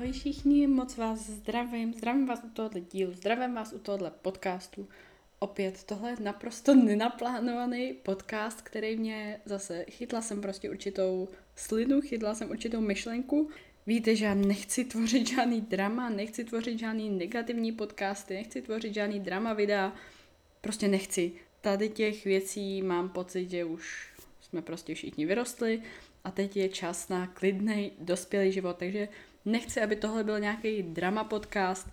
Ahoj všichni, moc vás zdravím vás u tohoto dílu, zdravím vás u tohoto podcastu. Opět tohle je naprosto nenaplánovaný podcast, který mě zase, chytla jsem prostě určitou slinu, chytla jsem určitou myšlenku. Víte, že já nechci tvořit žádný drama, nechci tvořit žádný negativní podcasty, nechci tvořit žádný drama videa, prostě nechci. Tady těch věcí mám pocit, že už jsme prostě všichni vyrostli a teď je čas na klidný, dospělý život, takže nechci, aby tohle byl nějaký drama podcast,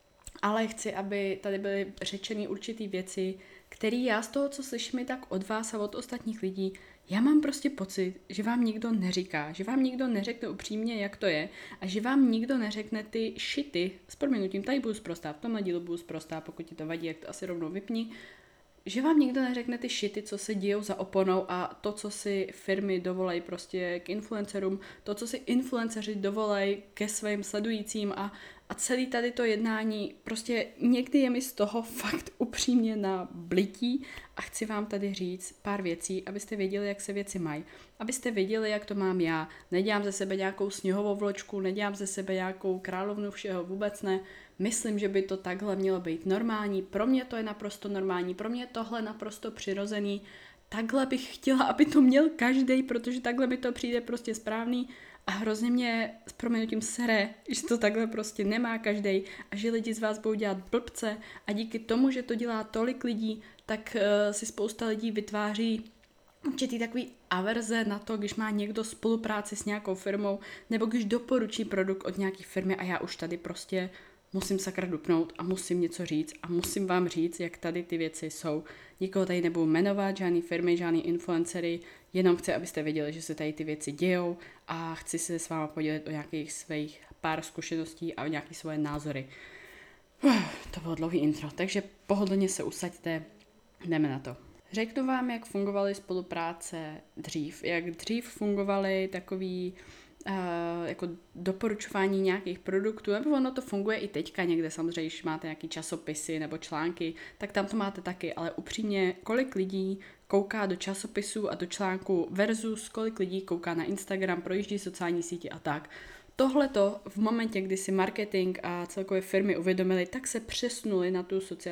ale chci, aby tady byly řečeny určitý věci, které já z toho, co slyším tak od vás a od ostatních lidí, já mám prostě pocit, že vám nikdo neříká, že vám nikdo neřekne upřímně, jak to je a že vám nikdo neřekne ty šity, s prominutím, tady budu sprostá, v tomhle dílu budu sprostá, pokud ti to vadí, jak to asi rovnou vypni, že vám nikdo neřekne ty šity, co se dějou za oponou a to, co si firmy dovolají prostě k influencerům, to, co si influenceři dovolají ke svým sledujícím a celý tady to jednání, prostě někdy je mi z toho fakt upřímně na blití a chci vám tady říct pár věcí, abyste věděli, jak se věci mají, abyste věděli, jak to mám já. Nedělám ze sebe nějakou sněhovou vločku, nedělám ze sebe nějakou královnu všeho, vůbec ne. Myslím, že by to takhle mělo být normální, pro mě to je naprosto normální, pro mě je tohle naprosto přirozený, takhle bych chtěla, aby to měl každej, protože takhle mi to přijde prostě správný a hrozně mě s prominutím sere, že to takhle prostě nemá každej a že lidi z vás budou dělat blbce a díky tomu, že to dělá tolik lidí, tak si spousta lidí vytváří určitý takový averze na to, když má někdo spolupráci s nějakou firmou nebo když doporučí produkt od nějaké firmy a já už tady prostě musím sakra dupnout a musím něco říct a musím vám říct, jak tady ty věci jsou. Nikoho tady nebudu jmenovat, žádný firmy, žádný influencery, jenom chci, abyste věděli, že se tady ty věci dějou a chci se s váma podělit o nějakých svých pár zkušeností a o nějaké svoje názory. To bylo dlouhý intro, takže pohodlně se usaďte, jdeme na to. Řeknu vám, jak fungovaly spolupráce dřív, jak dřív fungovaly takový jako doporučování nějakých produktů, nebo ono to funguje i teďka někde, samozřejmě, když máte nějaký časopisy nebo články, tak tam to máte taky, ale upřímně, kolik lidí kouká do časopisů a do článku versus kolik lidí kouká na Instagram, projíždí sociální sítě a tak. Tohleto v momentě, kdy si marketing a celkové firmy uvědomili, tak se přesunuli na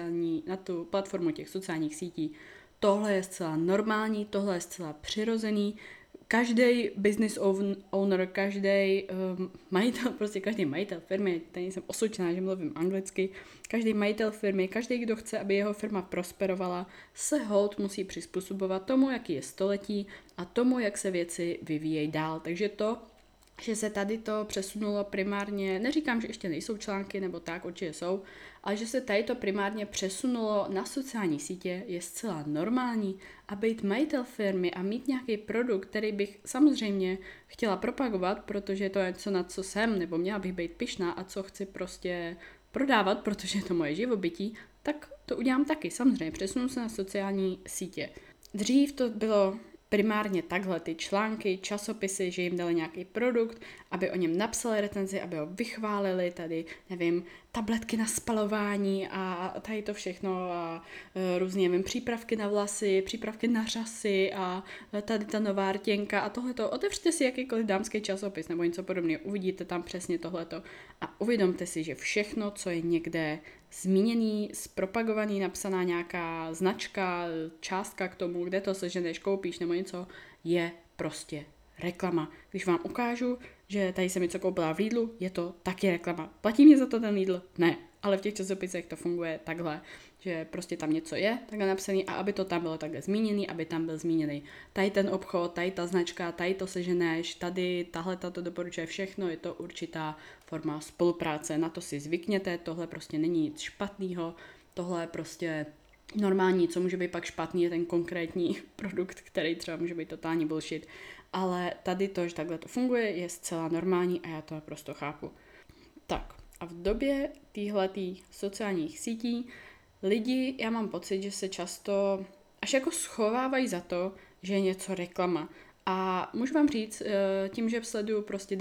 tu platformu těch sociálních sítí. Tohle je zcela normální, tohle je zcela přirozený. Každý business owner, každý majitel, prostě každý majitel firmy, tady jsem osočená, že mluvím anglicky, každý majitel firmy, každý, kdo chce, aby jeho firma prosperovala, se holt musí přizpůsobovat tomu, jaký je století a tomu, jak se věci vyvíjejí dál. Takže to, že se tady to přesunulo primárně, neříkám, že ještě nejsou články nebo tak, určitě jsou, ale že se tady to primárně přesunulo na sociální sítě je zcela normální a být majitel firmy a mít nějaký produkt, který bych samozřejmě chtěla propagovat, protože to je něco, na co jsem, nebo měla bych být pyšná a co chci prostě prodávat, protože je to moje živobytí, tak to udělám taky, samozřejmě, přesunu se na sociální sítě. Dřív to bylo primárně takhle ty články, časopisy, že jim dali nějaký produkt, aby o něm napsali recenzi, aby ho vychválili, tady, nevím, tabletky na spalování a tady to všechno a různě, nevím, přípravky na vlasy, přípravky na řasy a tady ta nová rtěnka a tohleto. Otevřte si jakýkoliv dámský časopis nebo něco podobného, uvidíte tam přesně tohleto a uvědomte si, že všechno, co je někde zmíněný, zpropagovaný, napsaná nějaká značka, částka k tomu, kde to seženeš, koupíš nebo něco, je prostě reklama. Když vám ukážu, že tady jsem něco koupila v Lidlu, je to taky reklama. Platí mě za to ten Lidl? Ne. Ale v těch časopisech to funguje takhle, že prostě tam něco je takhle napsaný a aby to tam bylo takhle zmíněný, aby tam byl zmíněný tady ten obchod, tady ta značka, tady to seženeš, tady tahle to doporučuje všechno, je to určitá forma spolupráce, na to si zvykněte, tohle prostě není nic špatného, tohle je prostě normální, co může být pak špatný, je ten konkrétní produkt, který třeba může být totální bullshit, ale tady to, že takhle to funguje, je zcela normální a já to naprosto chápu. Tak. A v době týhletých sociálních sítí lidi, já mám pocit, že se často až jako schovávají za to, že je něco reklama. A můžu vám říct, tím, že sleduju prostě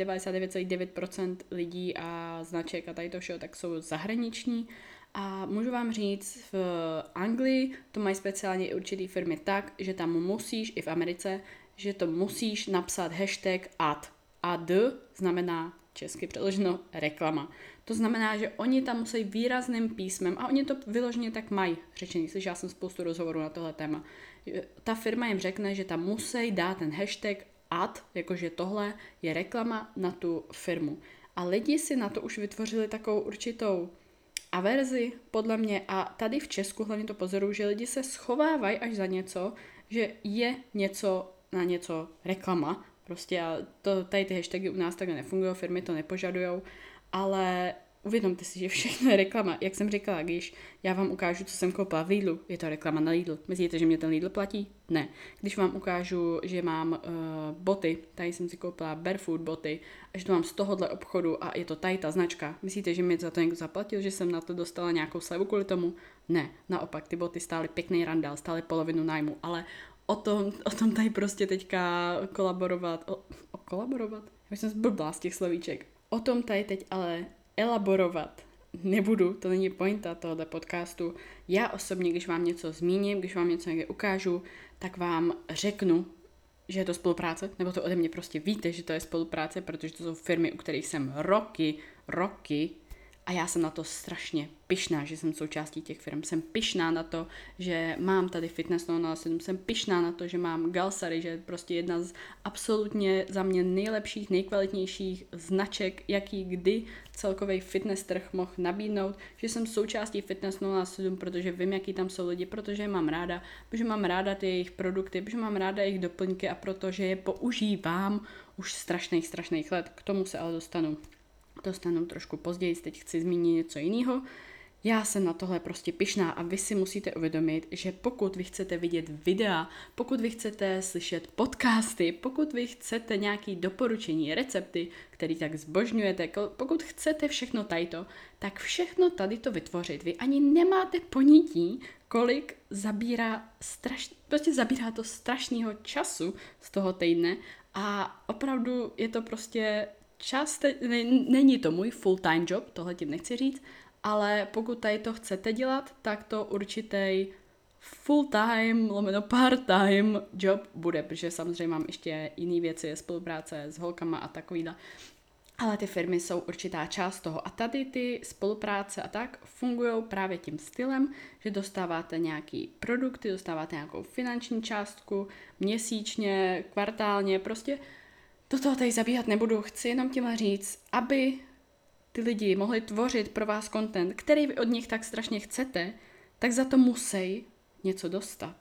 99,9% lidí a značek a tady to všeho, tak jsou zahraniční. A můžu vám říct, v Anglii to mají speciálně i určitý firmy tak, že tam musíš, i v Americe, že to musíš napsat hashtag ad. Ad znamená česky přeloženo reklama. To znamená, že oni tam musí výrazným písmem, a oni to vyloženě tak mají řečený, že já jsem spoustu rozhovorů na tohle téma. Ta firma jim řekne, že tam musí dát ten hashtag ad, jakože tohle je reklama na tu firmu. A lidi si na to už vytvořili takovou určitou averzi, podle mě, a tady v Česku hlavně to pozoruju, že lidi se schovávají až za něco, že je něco na něco reklama, prostě a tady ty hashtagy u nás takhle nefungují, firmy to nepožadujou, ale uvědomte si, že všechno je reklama. Jak jsem říkala, když já vám ukážu, co jsem koupila v Lidlu, je to reklama na Lidl. Myslíte, že mě ten Lidl platí? Ne. Když vám ukážu, že mám boty, tady jsem si koupila barefoot boty, a že to mám z tohohle obchodu a je to tady ta značka, myslíte, že mi za to někdo zaplatil, že jsem na to dostala nějakou slevu kvůli tomu? Ne. Naopak, ty boty stály pěkný randál, stály polovinu nájmu, ale o tom tady prostě teďka kolaborovat? Já jsem zblblá z těch slovíček. O tom tady teď ale elaborovat nebudu, to není pointa tohoto podcastu. Já osobně, když vám něco zmíním, když vám něco někde ukážu, tak vám řeknu, že je to spolupráce, nebo to ode mě prostě víte, že to je spolupráce, protože to jsou firmy, u kterých jsem roky, a já jsem na to strašně pyšná, že jsem součástí těch firm. Jsem pyšná na to, že mám tady Fitness 007, jsem pyšná na to, že mám Galsary, že je prostě jedna z absolutně za mě nejlepších, nejkvalitnějších značek, jaký kdy celkový fitness trh mohl nabídnout, že jsem součástí Fitness 07, protože vím, jaký tam jsou lidi, protože je mám ráda, protože mám ráda ty jejich produkty, protože mám ráda jejich doplňky a protože je používám už strašných let. K tomu se ale dostanu trošku později, teď chci zmínit něco jiného. Já jsem na tohle prostě pyšná a vy si musíte uvědomit, že pokud vy chcete vidět videa, pokud vy chcete slyšet podcasty, pokud vy chcete nějaké doporučení, recepty, které tak zbožňujete, pokud chcete všechno tadyto, tak všechno tady to vytvořit. Vy ani nemáte ponětí, kolik zabírá to strašného času z toho týdne a opravdu je to prostě není to můj full-time job, tohle tím nechci říct, ale pokud tady to chcete dělat, tak to určitý full-time, part-time job bude, protože samozřejmě mám ještě jiné věci, spolupráce s holkama a takovýhle. Ale ty firmy jsou určitá část toho. A tady ty spolupráce a tak fungují právě tím stylem, že dostáváte nějaký produkty, dostáváte nějakou finanční částku, měsíčně, kvartálně, prostě do toho tady zabíhat nebudu, chci jenom tímhle říct, aby ty lidi mohli tvořit pro vás content, který vy od nich tak strašně chcete, tak za to musí něco dostat.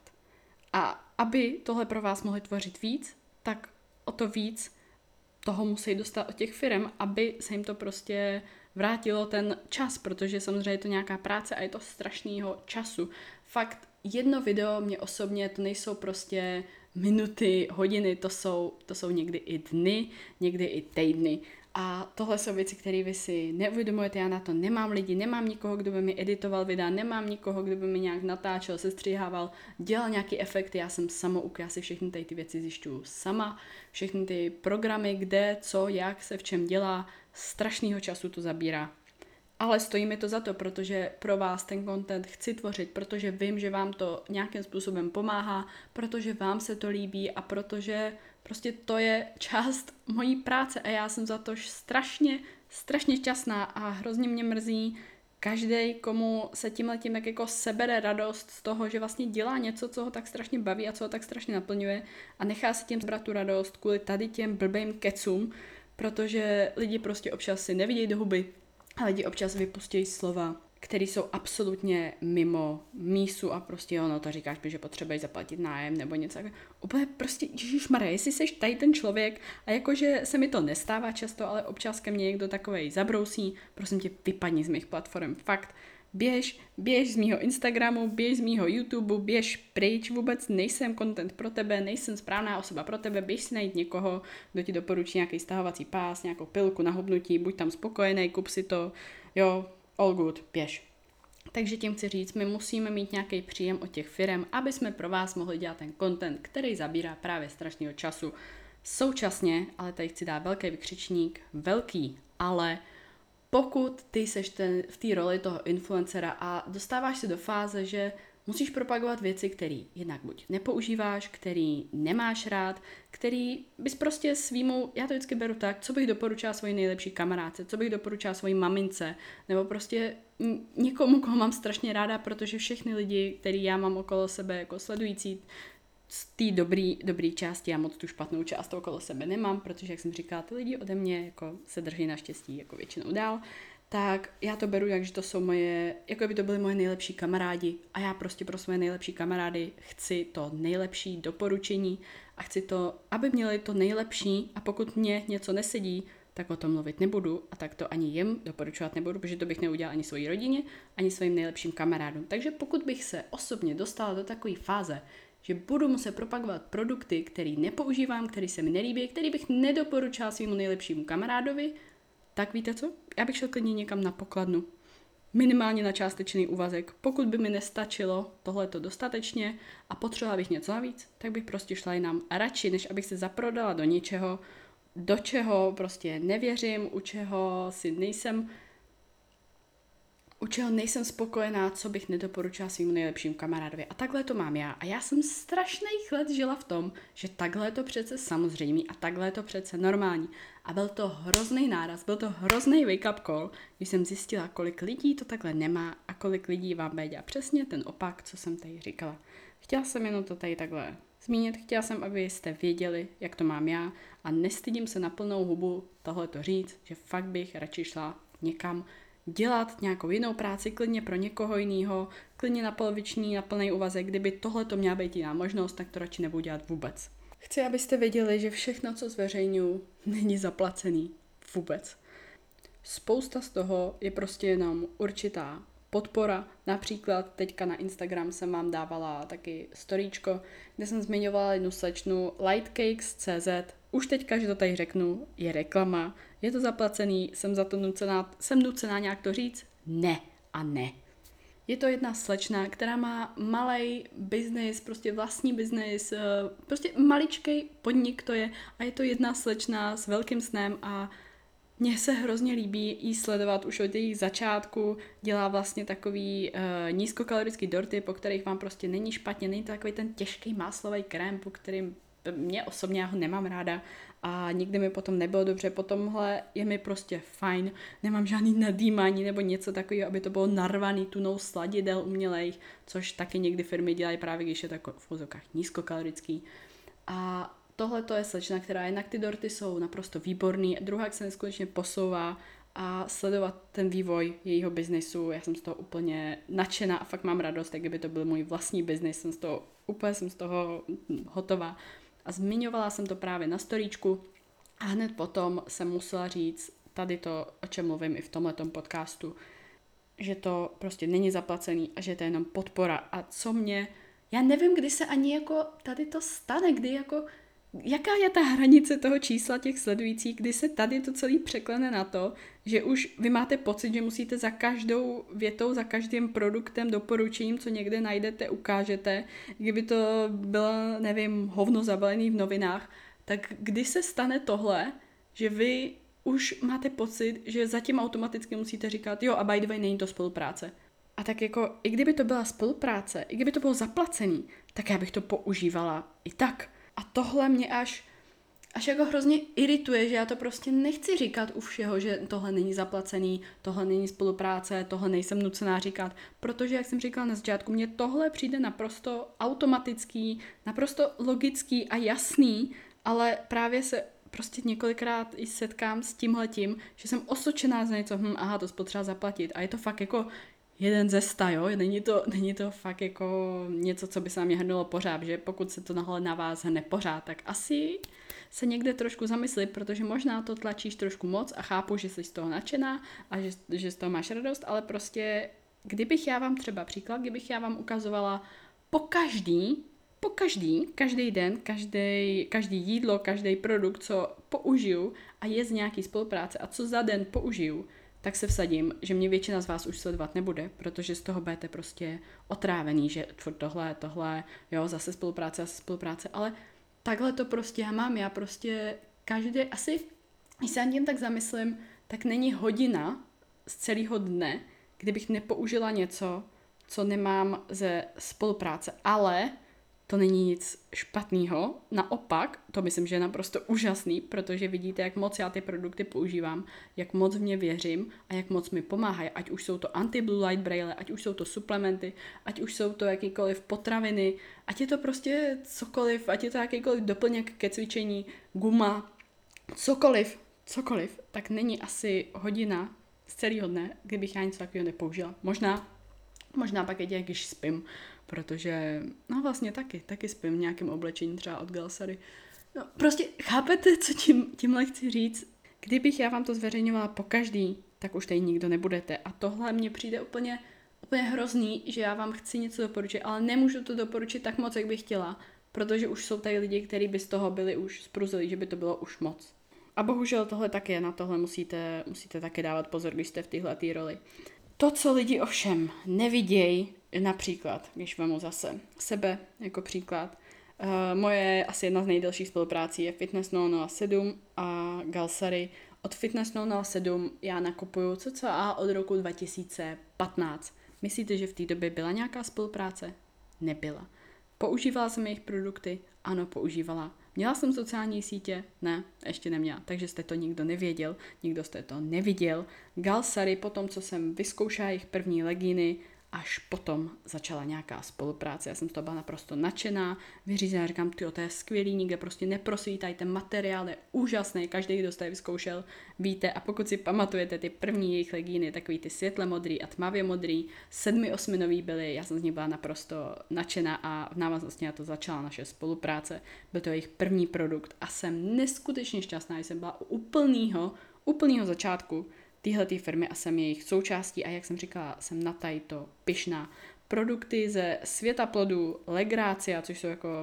A aby tohle pro vás mohli tvořit víc, tak o to víc toho musí dostat od těch firm, aby se jim to prostě vrátilo ten čas, protože samozřejmě je to nějaká práce a je to strašnýho času. Fakt, jedno video mě osobně, to nejsou prostě minuty, hodiny, to jsou někdy i dny, někdy i týdny. A tohle jsou věci, které vy si neuvědomujete, já na to nemám lidi, nemám nikoho, kdo by mi editoval videa, nemám nikoho, kdo by mi nějak natáčel, sestříhával, dělal nějaký efekty, já jsem samouk, já si všechny ty věci zjišťuju sama, všechny ty programy, kde, co, jak se v čem dělá, strašnýho času to zabírá. Ale stojí mi to za to, protože pro vás ten content chci tvořit, protože vím, že vám to nějakým způsobem pomáhá, protože vám se to líbí a protože prostě to je část mojí práce a já jsem za to strašně šťastná a hrozně mě mrzí každej, komu se tímhletím tak jako sebere radost z toho, že vlastně dělá něco, co ho tak strašně baví a co ho tak strašně naplňuje a nechá si tím zbrat tu radost kvůli tady těm blbým kecům, protože lidi prostě občas si nevidějí do huby, a lidi občas vypustějí slova, které jsou absolutně mimo mísu a prostě ono to říkáš, že potřebuješ zaplatit nájem nebo něco. Úplně prostě, ježišmarja, jestli seš tady ten člověk a jakože se mi to nestává často, ale občas ke mně někdo takovej zabrousí, prosím tě, vypadni z mých platform, fakt. Běž z mýho Instagramu, běž z mýho YouTube, běž pryč, vůbec nejsem content pro tebe, nejsem správná osoba pro tebe, běž si najít někoho, kdo ti doporučí nějaký stahovací pás, nějakou pilku na hubnutí, buď tam spokojený, kup si to, jo, all good, běž. Takže tím chci říct, my musíme mít nějaký příjem od těch firem, aby jsme pro vás mohli dělat ten content, který zabírá právě strašného času. Současně, ale tady chci dát velký vykřičník, velký, ale pokud ty seš v té roli toho influencera a dostáváš se do fáze, že Musíš propagovat věci, které jednak buď nepoužíváš, který nemáš rád, který bys prostě svýmu, já to vždycky beru tak, co bych doporučila svoji nejlepší kamarádce, co bych doporučila svojí mamince, nebo prostě někomu, koho mám strašně ráda, protože všechny lidi, který já mám okolo sebe jako sledující, z té dobrý části, já moc tu špatnou část okolo sebe nemám, protože, jak jsem říkala, ty lidi ode mě jako se drží naštěstí jako většinou dál, tak já to beru jak, že to jsou moje, jako by to byly moje nejlepší kamarádi a já prostě pro svoje nejlepší kamarády chci to nejlepší doporučení a chci to, aby měli to nejlepší a pokud mě něco nesedí, tak o tom mluvit nebudu a tak to ani jim doporučovat nebudu, protože to bych neudělal ani svojí rodině, ani svým nejlepším kamarádům. Takže pokud bych se osobně dostala do takové fáze, že budu muset propagovat produkty, které nepoužívám, které se mi nelíbí, které bych nedoporučila svému nejlepšímu kamarádovi, tak víte co? Já bych šel klidně někam na pokladnu. Minimálně na částečný úvazek. Pokud by mi nestačilo tohleto dostatečně a potřebovala bych něco navíc, tak bych prostě šla jinam. A radši, než abych se zaprodala do něčeho, do čeho prostě nevěřím, u čeho nejsem spokojená, co bych nedoporučila svým nejlepším kamarádovi. A takhle to mám já. A já jsem strašných let žila v tom, že takhle je to přece samozřejmé a takhle je to přece normální. A byl to hrozný náraz, byl to hrozný wake-up call, když jsem zjistila, kolik lidí to takhle nemá a kolik lidí vám bude dělat přesně ten opak, co jsem tady říkala. Chtěla jsem jenom to tady takhle zmínit, chtěla jsem, abyste věděli, jak to mám já a nestydím se na plnou hubu tohleto říct, že fakt bych radši šla někam dělat nějakou jinou práci, klidně pro někoho jiného, klidně na poloviční, na plný úvazek, kdyby tohle to měla být jiná možnost, tak to radši nebudu dělat vůbec. Chci, abyste věděli, že všechno, co zveřejňuji, není zaplacený vůbec. Spousta z toho je prostě jenom určitá podpora. Například teďka na Instagram jsem vám dávala taky storíčko, kde jsem zmiňovala jednu slečnu Lightcakes.cz. Už teďka, že to tady řeknu, je reklama, je to zaplacený, jsem nucená nějak to říct? Ne a ne. Je to jedna slečna, která má malej biznis, prostě vlastní biznis, prostě maličkej podnik to je a je to jedna slečna s velkým snem a mně se hrozně líbí jí sledovat už od jejich začátku, dělá vlastně takový nízkokalorický dorty, po kterých vám prostě není špatně, není to takový ten těžký máslový krém, po kterým mě osobně, já ho nemám ráda a nikdy mi potom nebylo dobře, po tomhle je mi prostě fajn, nemám žádný nadýmání nebo něco takového, aby to bylo narvaný tunou sladidel umělejch, což taky někdy firmy dělají právě, když je to jako v úzokách nízkokalorický. A tohle to je slečna, která jednak ty dorty jsou naprosto výborný, druhá, jak se neskutečně posouvá a sledovat ten vývoj jejího biznesu, já jsem z toho úplně nadšená a fakt mám radost, jak kdyby to byl můj vlastní biznis, jsem z toho hotová. A zmiňovala jsem to právě na storíčku a hned potom jsem musela říct tady to, o čem mluvím i v tomhletom podcastu, že to prostě není zaplacený a že to je jenom podpora. A já nevím, kdy se ani jako tady to stane, kdy jako, jaká je ta hranice toho čísla těch sledujících, kdy se tady to celý překlene na to, že už vy máte pocit, že musíte za každou větou, za každým produktem, doporučením, co někde najdete, ukážete, kdyby to bylo, nevím, hovno zabalený v novinách, tak kdy se stane tohle, že vy už máte pocit, že zatím automaticky musíte říkat, jo a by the way, není to spolupráce. A tak jako, i kdyby to byla spolupráce, i kdyby to bylo zaplacený, tak já bych to používala i tak. A tohle mě až jako hrozně irituje, že já to prostě nechci říkat u všeho, že tohle není zaplacený, tohle není spolupráce, tohle nejsem nucená říkat, protože, jak jsem říkala na začátku, mně tohle přijde naprosto automatický, naprosto logický a jasný, ale právě se prostě několikrát i setkám s tímhletím, že jsem osočená za něco, to spotřeba zaplatit a je to fakt jako jeden ze 100, jo? Není to fakt jako něco, co by se na mě hrnulo pořád, že pokud se to nahle na vás hrne pořád, tak asi se někde trošku zamyslit, protože možná to tlačíš trošku moc a chápu, že jsi z toho nadšená a že z toho máš radost, ale prostě kdybych já vám ukazovala každý den, každý jídlo, každý produkt, co použiju a je z nějaký spolupráce a co za den použiju, tak se vsadím, že mě většina z vás už sledovat nebude, protože z toho budete prostě otrávený, že tohle, jo, zase spolupráce, ale takhle to prostě já prostě asi, když se ani tak zamyslím, tak není hodina z celého dne, kdybych nepoužila něco, co nemám ze spolupráce, ale to není nic špatného. Naopak, to myslím, že je naprosto úžasný, protože vidíte, jak moc já ty produkty používám, jak moc v ně věřím a jak moc mi pomáhají. Ať už jsou to anti-blue light braille, ať už jsou to suplementy, ať už jsou to jakýkoliv potraviny, ať je to prostě cokoliv, ať je to jakýkoliv doplněk ke cvičení, guma, cokoliv, tak není asi hodina z celého dne, kdybych já něco takového nepoužila. Možná pak jedině, když spím, protože, no vlastně taky spím v nějakém oblečení, třeba od Galsary. No, prostě chápete, co tímhle chci říct? Kdybych já vám to zveřejňovala po každý, tak už tady nikdo nebudete. A tohle mně přijde úplně hrozný, že já vám chci něco doporučit, ale nemůžu to doporučit tak moc, jak bych chtěla, protože už jsou tady lidi, kteří by z toho byli už spruzili, že by to bylo už moc. A bohužel tohle tak je, na tohle musíte taky dávat pozor, když jste v téhletý roli. To, co lidi ovšem nevidějí, například, když vemu zase sebe jako příklad, moje asi jedna z nejdelších spoluprácí je Fitness 007 a Galsary. Od Fitness 007 já nakupuju cca od roku 2015. Myslíte, že v té době byla nějaká spolupráce? Nebyla. Používala jsem jejich produkty? Ano, používala. Měla jsem sociální sítě? Ne, ještě neměla. Takže jste to nikdo nevěděl, nikdo jste to neviděl. Galsary, potom co jsem vyzkoušela jejich první legíny, až potom začala nějaká spolupráce. Já jsem z toho byla naprosto nadšená, vyřízená, říkám, to je skvělý, nikde prostě neprosvítají, ten materiál je úžasný, každý, kdo jste je vyzkoušel, víte. A pokud si pamatujete ty první jejich legíny, takový ty světle modrý a tmavě modrý, 7-osminový byly, já jsem z nich byla naprosto nadšená a v návaznosti na to začala naše spolupráce. Byl to jejich první produkt a jsem neskutečně šťastná, že jsem byla u úplného začátku téhletý firmy a jsem jejich součástí a jak jsem říkala, jsem na to pyšná. Produkty ze světa plodů, Legrácia, což jsou jako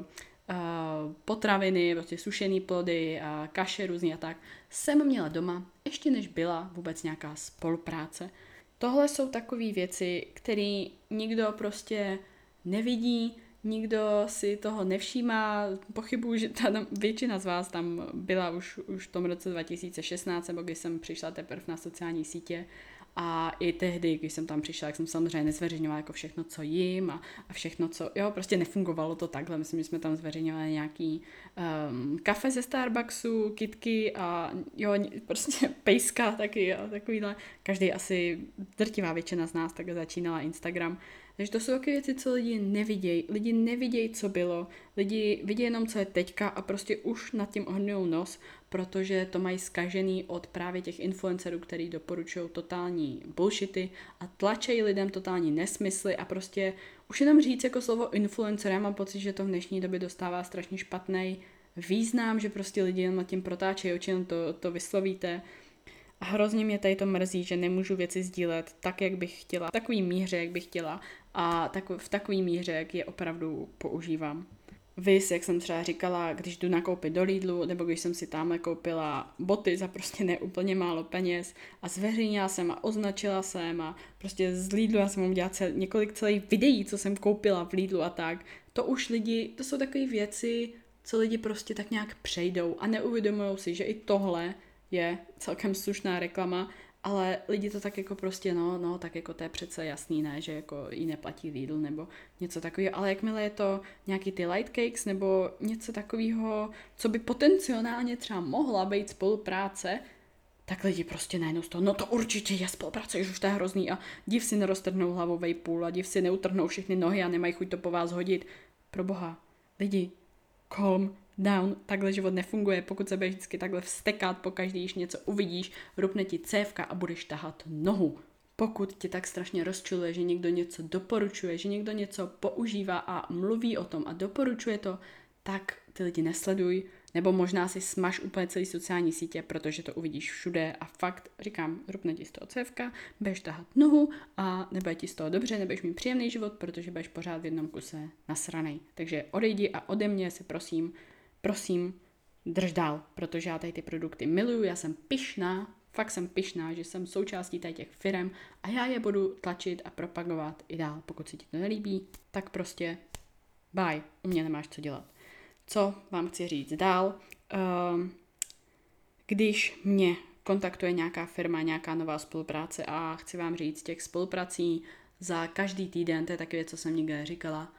potraviny, prostě sušený plody, kaše různý a tak, jsem měla doma, ještě než byla vůbec nějaká spolupráce. Tohle jsou takové věci, které nikdo prostě nevidí, nikdo si toho nevšímá, pochybuji, že většina z vás tam byla už v tom roce 2016, nebo když jsem přišla teprve na sociální sítě a i tehdy, když jsem tam přišla, tak jsem samozřejmě nezveřejňovala jako všechno, co jim a všechno, co, prostě nefungovalo to takhle, myslím, že jsme tam zveřejňovali nějaký kafe ze Starbucksu, kitky a prostě pejska taky a takovýhle, každý asi drtivá většina z nás takhle začínala Instagram. Takže to jsou takové věci, co lidi nevidějí. Lidi nevidějí, co bylo. Lidi vidí jenom, co je teďka a prostě už nad tím ohnujou nos, protože to mají zkažený od právě těch influencerů, který doporučují totální bullshity a tlačejí lidem totální nesmysly a prostě už jenom říct jako slovo influencer, já mám pocit, že to v dnešní době dostává strašně špatný význam, že prostě lidi jenom nad tím protáčejí oči, jenom to vyslovíte. A hrozně mě tady to mrzí, že nemůžu věci sdílet tak, jak bych chtěla, v takové míře, jak bych chtěla a v takové míře, jak je opravdu používám. Vys, jak jsem třeba říkala, když jdu nakoupit do Lidlu, nebo když jsem si tamhle koupila boty za prostě neúplně málo peněz a zveřejnila jsem a označila jsem a prostě z Lidlu já jsem mám dělat několik celých videí, co jsem koupila v Lidlu a tak. To už lidi, to jsou takové věci, co lidi prostě tak nějak přejdou a neuvědomují si, že i tohle je celkem slušná reklama, ale lidi to tak jako prostě, tak jako to je přece jasný, ne, že jako jí neplatí Lidl nebo něco takového, ale jakmile je to nějaký ty light cakes nebo něco takového, co by potenciálně třeba mohla být spolupráce, tak lidi prostě najednou z toho, to určitě je spolupráce, už to je hrozný a div si neroztrhnou hlavovej půl a div si neutrhnou všechny nohy a nemají chuť to po vás hodit. Proboha, lidi, calm down, takhle život nefunguje, pokud se budeš vždycky takhle vstekat pokaždý, když něco uvidíš, rupne ti cévka a budeš tahat nohu. Pokud tě tak strašně rozčiluje, že někdo něco doporučuje, že někdo něco používá a mluví o tom a doporučuje to, tak ty lidi nesleduj, nebo možná si smaž úplně celý sociální sítě, protože to uvidíš všude a fakt, říkám, rupne ti z toho cévka, budeš tahat nohu a nebude ti z toho dobře, nebudeš mít příjemný život, protože budeš pořád v jednom kuse nasranej. Takže odejdi a ode mě si prosím, drž dál, protože já tady ty produkty miluju, já jsem pyšná, fakt jsem pyšná, že jsem součástí tady těch firem a já je budu tlačit a propagovat i dál. Pokud se ti to nelíbí, tak prostě bye, u mě nemáš co dělat. Co vám chci říct dál? Když mě kontaktuje nějaká firma, nějaká nová spolupráce a chci vám říct těch spoluprací za každý týden, to je taky věc, co jsem nikdy neříkala,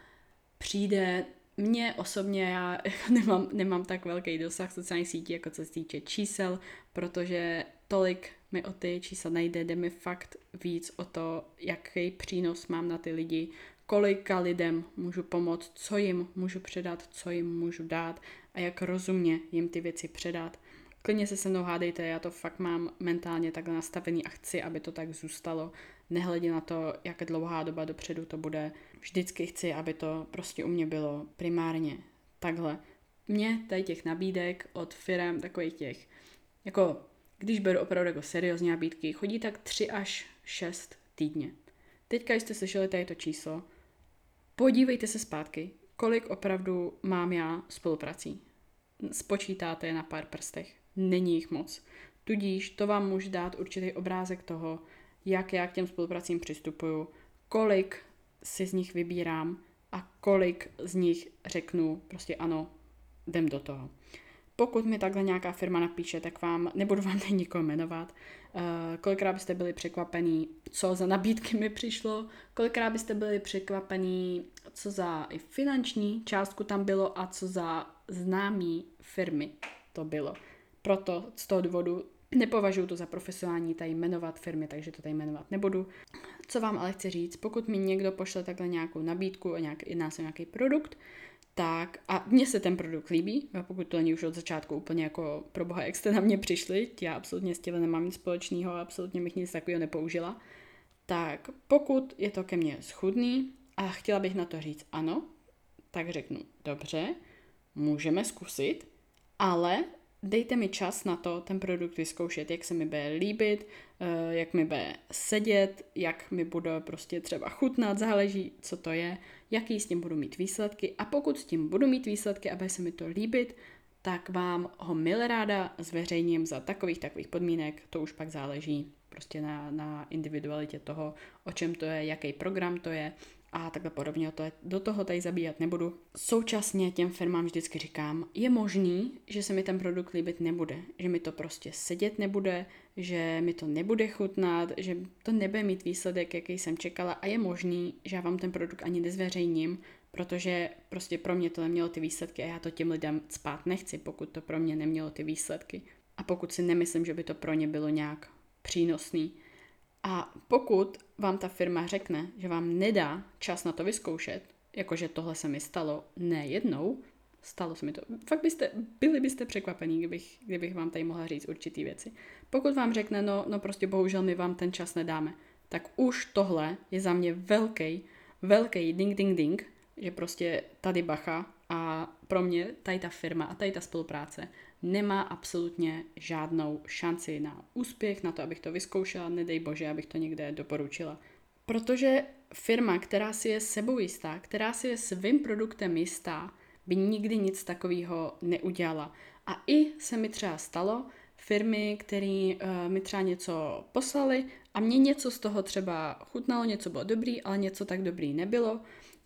přijde mně osobně, já nemám tak velký dosah sociálních sítí, jako co se týče čísel, protože tolik mi o ty čísla nejde, jde mi fakt víc o to, jaký přínos mám na ty lidi, kolika lidem můžu pomoct, co jim můžu předat, co jim můžu dát a jak rozumně jim ty věci předat. Klidně se mnou hádejte, já to fakt mám mentálně takhle nastavený a chci, aby to tak zůstalo. Nehledě na to, jak dlouhá doba dopředu to bude. Vždycky chci, aby to prostě u mě bylo primárně takhle. Mně tady těch nabídek od firem, takových těch, jako když beru opravdu jako seriózní nabídky, chodí tak 3 až 6 týdně. Teďka jste slyšeli tady to číslo, podívejte se zpátky, kolik opravdu mám já spoluprací. Spočítáte je na pár prstech. Není jich moc. Tudíž to vám může dát určitý obrázek toho, jak já k těm spolupracím přistupuju, kolik si z nich vybírám a kolik z nich řeknu prostě ano, jdem do toho. Pokud mi takhle nějaká firma napíše, tak nebudu vám tady nikoho jmenovat, kolikrát byste byli překvapený, co za nabídky mi přišlo, kolikrát byste byli překvapený, co za i finanční částku tam bylo a co za známý firmy to bylo. Proto z toho důvodu nepovažuji to za profesionální tady jmenovat firmy, takže to tady jmenovat nebudu. Co vám ale chci říct, pokud mi někdo pošle takhle nějakou nabídku a jedná se o nějaký produkt, tak a mně se ten produkt líbí, pokud to není už od začátku úplně jako pro boha, jak jste na mě přišli, já absolutně s těle nemám nic společného, absolutně bych nic takového nepoužila, tak pokud je to ke mně schudný a chtěla bych na to říct ano, tak řeknu dobře, můžeme zkusit, ale dejte mi čas na to ten produkt vyzkoušet, jak se mi bude líbit, jak mi bude sedět, jak mi bude prostě třeba chutnat, záleží, co to je, jaký s tím budu mít výsledky a pokud s tím budu mít výsledky a bude se mi to líbit, tak vám ho mile ráda zveřejním za takových podmínek, to už pak záleží prostě na individualitě toho, o čem to je, jaký program to je a takhle podobně. Do toho tady zabíjat nebudu. Současně těm firmám vždycky říkám, je možný, že se mi ten produkt líbit nebude, že mi to prostě sedět nebude, že mi to nebude chutnat, že to nebude mít výsledek, jaký jsem čekala a je možný, že já vám ten produkt ani nezveřejním, protože prostě pro mě to nemělo ty výsledky a já to těm lidem cpát nechci, pokud to pro mě nemělo ty výsledky a pokud si nemyslím, že by to pro ně bylo nějak přínosný. A pokud vám ta firma řekne, že vám nedá čas na to vyzkoušet, jakože tohle se mi stalo ne jednou, stalo se mi to, fakt byli byste překvapení, kdybych vám tady mohla říct určitý věci. Pokud vám řekne, no prostě bohužel my vám ten čas nedáme, tak už tohle je za mě velký ding, že prostě tady bacha a pro mě tady ta firma a tady ta spolupráce nemá absolutně žádnou šanci na úspěch, na to, abych to vyzkoušela, nedej bože, abych to někde doporučila. Protože firma, která si je sebou jistá, která si je svým produktem jistá, by nikdy nic takového neudělala. A i se mi třeba stalo, firmy, které mi třeba něco poslali a mě něco z toho třeba chutnalo, něco bylo dobrý, ale něco tak dobrý nebylo.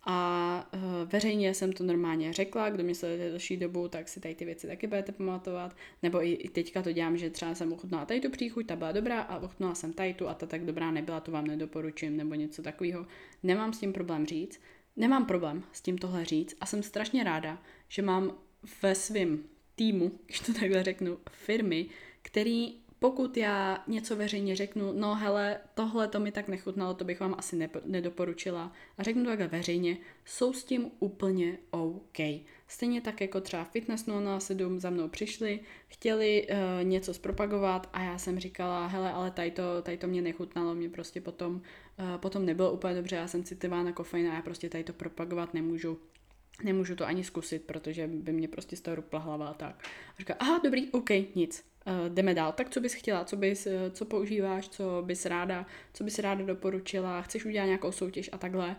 A veřejně jsem to normálně řekla, kdo mě sledujete další dobu, tak si tady ty věci taky budete pamatovat, nebo i teďka to dělám, že třeba jsem ochutnala tady tu příchuť, ta byla dobrá a ochutnala jsem tady tu a ta tak dobrá nebyla, to vám nedoporučím, nebo něco takového. Nemám s tím problém říct, nemám problém s tím tohle říct a jsem strašně ráda, že mám ve svém týmu, když to takhle řeknu, firmy, který pokud já něco veřejně řeknu, no hele, tohle to mi tak nechutnalo, to bych vám asi nedoporučila a řeknu to takhle veřejně, jsou s tím úplně OK. Stejně tak jako třeba Fitness 007 za mnou přišli, chtěli něco zpropagovat a já jsem říkala, hele, ale tady to mě nechutnalo, mě prostě potom nebylo úplně dobře, já jsem citlivá na kofein a já prostě tady to propagovat nemůžu. Nemůžu to ani zkusit, protože by mě prostě z toho rupla hlava a tak. A říká, aha, dobrý, OK, nic. Jdeme dál. Tak co bys chtěla, co používáš, co bys ráda doporučila, chceš udělat nějakou soutěž a takhle.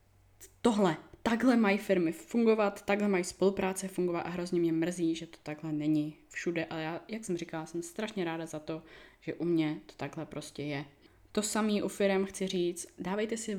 Takhle mají firmy fungovat, takhle mají spolupráce fungovat a hrozně mě mrzí, že to takhle není všude, ale já, jak jsem říkala, jsem strašně ráda za to, že u mě to takhle prostě je. To samé u firem chci říct, dávejte si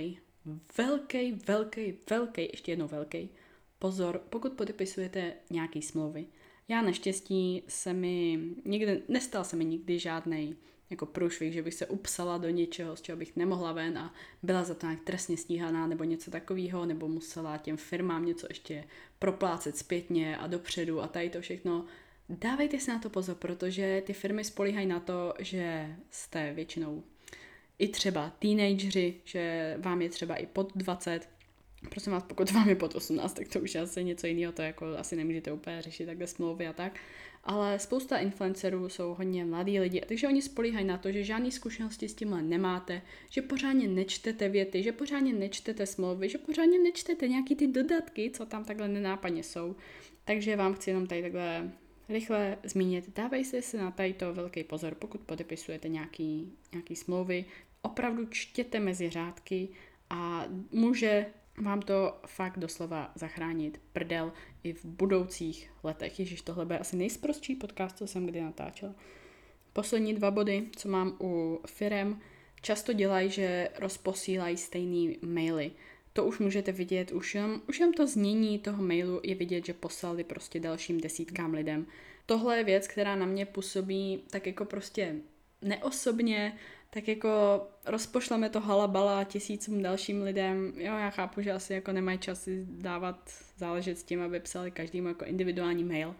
velký, ještě jednou velký pozor, pokud podepisujete nějaký smlouvy. Já naštěstí nestal se mi nikdy žádnej jako průšvih, že bych se upsala do něčeho, z čeho bych nemohla ven a byla za to nějak trestně stíhaná nebo něco takového, nebo musela těm firmám něco ještě proplácet zpětně a dopředu a tady to všechno. Dávejte si na to pozor, protože ty firmy spolíhají na to, že jste většinou i třeba teenageři, že vám je třeba i pod 20. Prosím vás, pokud vám je pod 18, tak to už je asi něco jiného, to jako asi nemůžete úplně řešit takhle smlouvy a tak. Ale spousta influencerů jsou hodně mladí lidi, takže oni spolíhají na to, že žádné zkušenosti s tímhle nemáte, že pořádně nečtete věty, že pořádně nečtete smlouvy, že pořádně nečtete nějaký ty dodatky, co tam takhle nenápadně jsou. Takže vám chci jenom tady takhle rychle zmínit, dávejte si na tady to velký pozor, pokud podepisujete nějaký smlouvy, opravdu čtěte mezi řádky a může vám to fakt doslova zachránit prdel i v budoucích letech. Ježiš, tohle bude asi nejsprostší podcast, co jsem kdy natáčela. Poslední 2 body, co mám u firem, často dělají, že rozposílají stejný maily. To už můžete vidět, už jen to znění toho mailu je vidět, že poslali prostě dalším desítkám lidem. Tohle je věc, která na mě působí tak jako prostě neosobně, tak jako rozpošleme to halabala 1000 dalším lidem. Jo, já chápu, že asi jako nemají čas si dávat záležet s tím, aby psali každému jako individuální mail,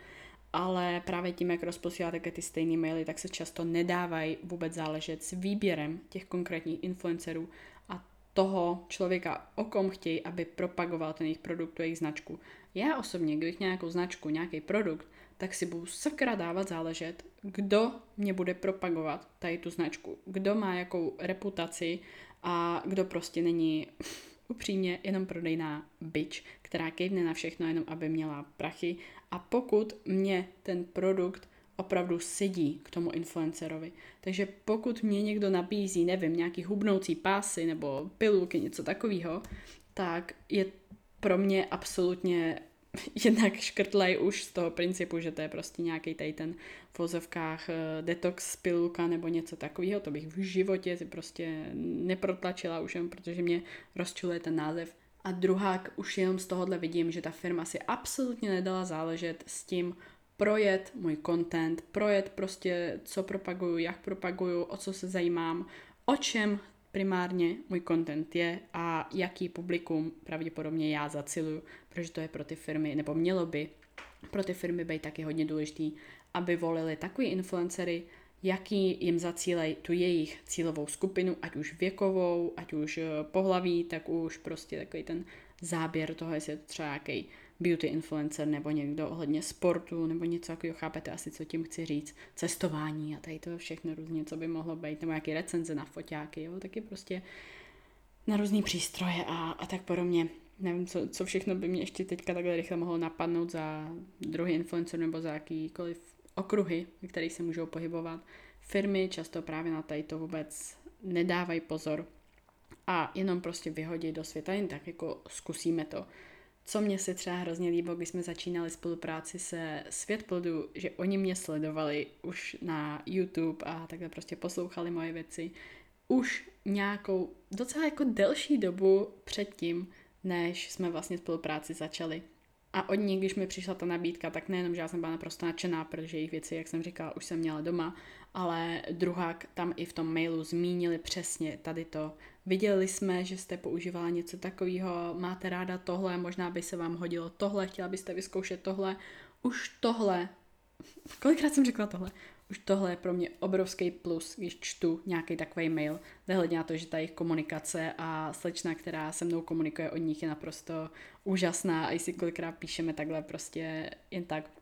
ale právě tím, jak rozposíláte ty stejné maily, tak se často nedávají vůbec záležet s výběrem těch konkrétních influencerů a toho člověka, o kom chtějí, aby propagoval ten jejich produkt, tu jejich značku. Já osobně, kdybych měl nějakou značku, nějaký produkt, tak si budu sakra dávat záležet, kdo mě bude propagovat tady tu značku, kdo má jakou reputaci a kdo prostě není upřímně jenom prodejná bitch, která kejvne na všechno jenom, aby měla prachy. A pokud mě ten produkt opravdu sedí k tomu influencerovi. Takže pokud mě někdo nabízí, nevím, nějaký hubnoucí pásy nebo pilulky, něco takového, tak je pro mě absolutně jednak škrtlej už z toho principu, že to je prostě nějaký tady ten v vozovkách detox pilulka nebo něco takového, to bych v životě si prostě neprotlačila už jen, protože mě rozčuluje ten název. A druhák už jenom z tohohle vidím, že ta firma si absolutně nedala záležet s tím projet můj content, projet prostě co propaguju, jak propaguju, o co se zajímám, o čem primárně můj content je a jaký publikum pravděpodobně já zaciluju, protože to je pro ty firmy, nebo mělo by pro ty firmy být taky hodně důležitý, aby volili takový influencery, jaký jim zacílejí tu jejich cílovou skupinu, ať už věkovou, ať už pohlaví, tak už prostě takový ten záběr toho, jestli je to třeba nějaký beauty influencer nebo někdo ohledně sportu nebo něco takového, chápete asi, co tím chci říct, cestování a tady to všechno různě, co by mohlo být, nebo nějaké recenze na foťáky, jo, taky prostě na různý přístroje a tak podobně. Nevím, co všechno by mě ještě teďka takhle rychle mohlo napadnout za druhý influencer nebo za jakýkoliv okruhy, které se můžou pohybovat. Firmy často právě na tady to vůbec nedávají pozor a jenom prostě vyhodí do světa, jen tak jako zkusíme to. Co mě se třeba hrozně líbilo, když jsme začínali spolupráci se Světplodu, že oni mě sledovali už na YouTube a takhle prostě poslouchali moje věci už nějakou docela jako delší dobu předtím, než jsme vlastně spolupráci začali. A od ní, když mi přišla ta nabídka, tak nejenom, že já jsem byla naprosto nadšená, protože jejich věci, jak jsem říkala, už jsem měla doma, ale druhák tam i v tom mailu zmínili přesně tady to. Viděli jsme, že jste používala něco takového, máte ráda tohle, možná by se vám hodilo tohle, chtěla byste vyzkoušet tohle. Už tohle, kolikrát jsem řekla tohle? Už tohle je pro mě obrovský plus, když čtu nějaký takový mail. Nehledě na to, že ta jejich komunikace a slečna, která se mnou komunikuje od nich, je naprosto úžasná a jestli kolikrát píšeme takhle prostě jen tak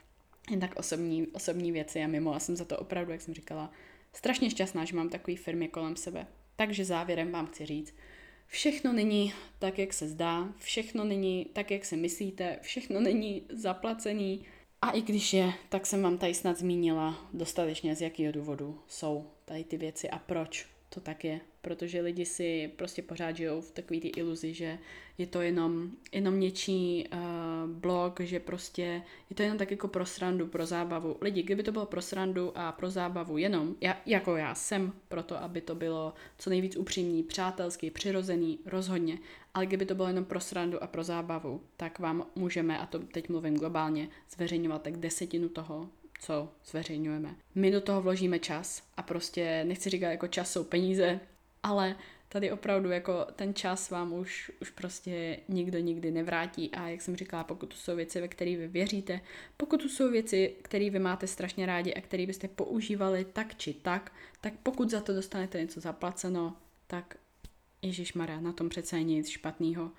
osobní věci a mimo. A jsem za to opravdu, jak jsem říkala, strašně šťastná, že mám takové firmy kolem sebe. Takže závěrem vám chci říct, všechno není tak, jak se zdá, všechno není tak, jak si myslíte, všechno není zaplacený. A i když je, tak jsem vám tady snad zmínila dostatečně, z jakého důvodu jsou tady ty věci a proč to tak je. Protože lidi si prostě pořád žijou v takové ty iluzi, že je to jenom něčí blog, že prostě je to jenom tak jako pro srandu, pro zábavu. Lidi, kdyby to bylo pro srandu a pro zábavu jenom, já jsem proto, aby to bylo co nejvíc upřímný, přátelský, přirozený, rozhodně. Ale kdyby to bylo jenom pro srandu a pro zábavu, tak vám můžeme, a to teď mluvím globálně, zveřejňovat tak 10% toho, co zveřejňujeme. My do toho vložíme čas a prostě nechci říkat jako čas jsou peníze, ale tady opravdu jako ten čas vám už prostě nikdo nikdy nevrátí a jak jsem říkala, pokud to jsou věci, ve které vy věříte, pokud to jsou věci, které vy máte strašně rádi a které byste používali tak či tak pokud za to dostanete něco zaplaceno, tak ježišmarja, na tom přece není nic špatného.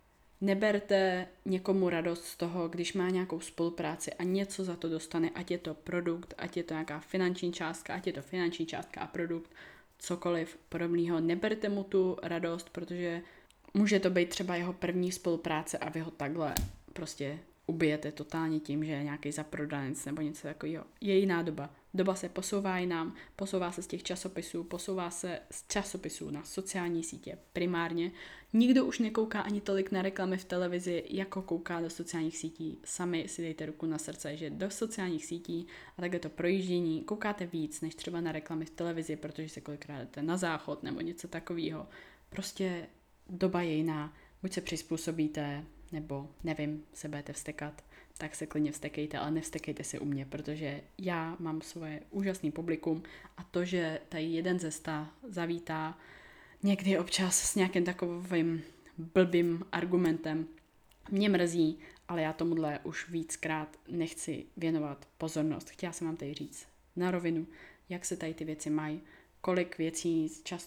Neberte někomu radost z toho, když má nějakou spolupráci a něco za to dostane, ať je to produkt, ať je to nějaká finanční částka, ať je to finanční částka a produkt, cokoliv podobného. Neberte mu tu radost, protože může to být třeba jeho první spolupráce a vy ho takhle prostě ubijete totálně tím, že je nějaký zaprodanec nebo něco takového. Je jiná doba. Doba se posouvá jinam, posouvá se z těch časopisů, posouvá se z časopisů na sociální sítě primárně. Nikdo už nekouká ani tolik na reklamy v televizi, jako kouká do sociálních sítí. Sami si dejte ruku na srdce, že do sociálních sítí a takhle to projíždění koukáte víc, než třeba na reklamy v televizi, protože se kolikrát jdete na záchod nebo něco takového. Prostě doba je jiná. Buď se přizpůsobíte, nebo nevím, se budete vztekat, tak se klidně vztekejte, ale nevstekejte se u mě, protože já mám svoje úžasný publikum a to, že tady jeden ze 100 zavítá někdy občas s nějakým takovým blbým argumentem, mě mrzí, ale já tomuhle už víckrát nechci věnovat pozornost. Chtěla jsem vám tady říct na rovinu, jak se tady ty věci mají, kolik věcí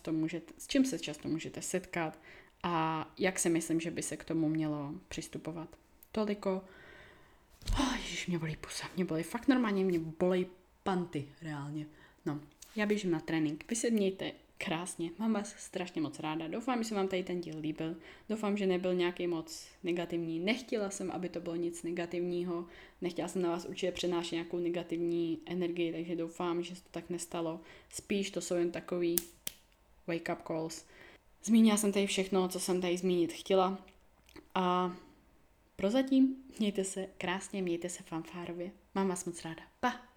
s čím se často můžete setkat a jak si myslím, že by se k tomu mělo přistupovat. Toliko. Ježiš, mě bolí pusa, fakt normálně, mě bolí panty, reálně. No, já běžím na trénink, vy se mějte krásně, mám vás strašně moc ráda, doufám, že se vám tady ten díl líbil, doufám, že nebyl nějaký moc negativní, nechtěla jsem, aby to bylo nic negativního, nechtěla jsem na vás určitě přenášet nějakou negativní energii, takže doufám, že se to tak nestalo, spíš to jsou jen takový wake up calls. Zmínila jsem tady všechno, co jsem tady zmínit chtěla a prozatím mějte se krásně, mějte se fanfárově. Mám vás moc ráda. Pa!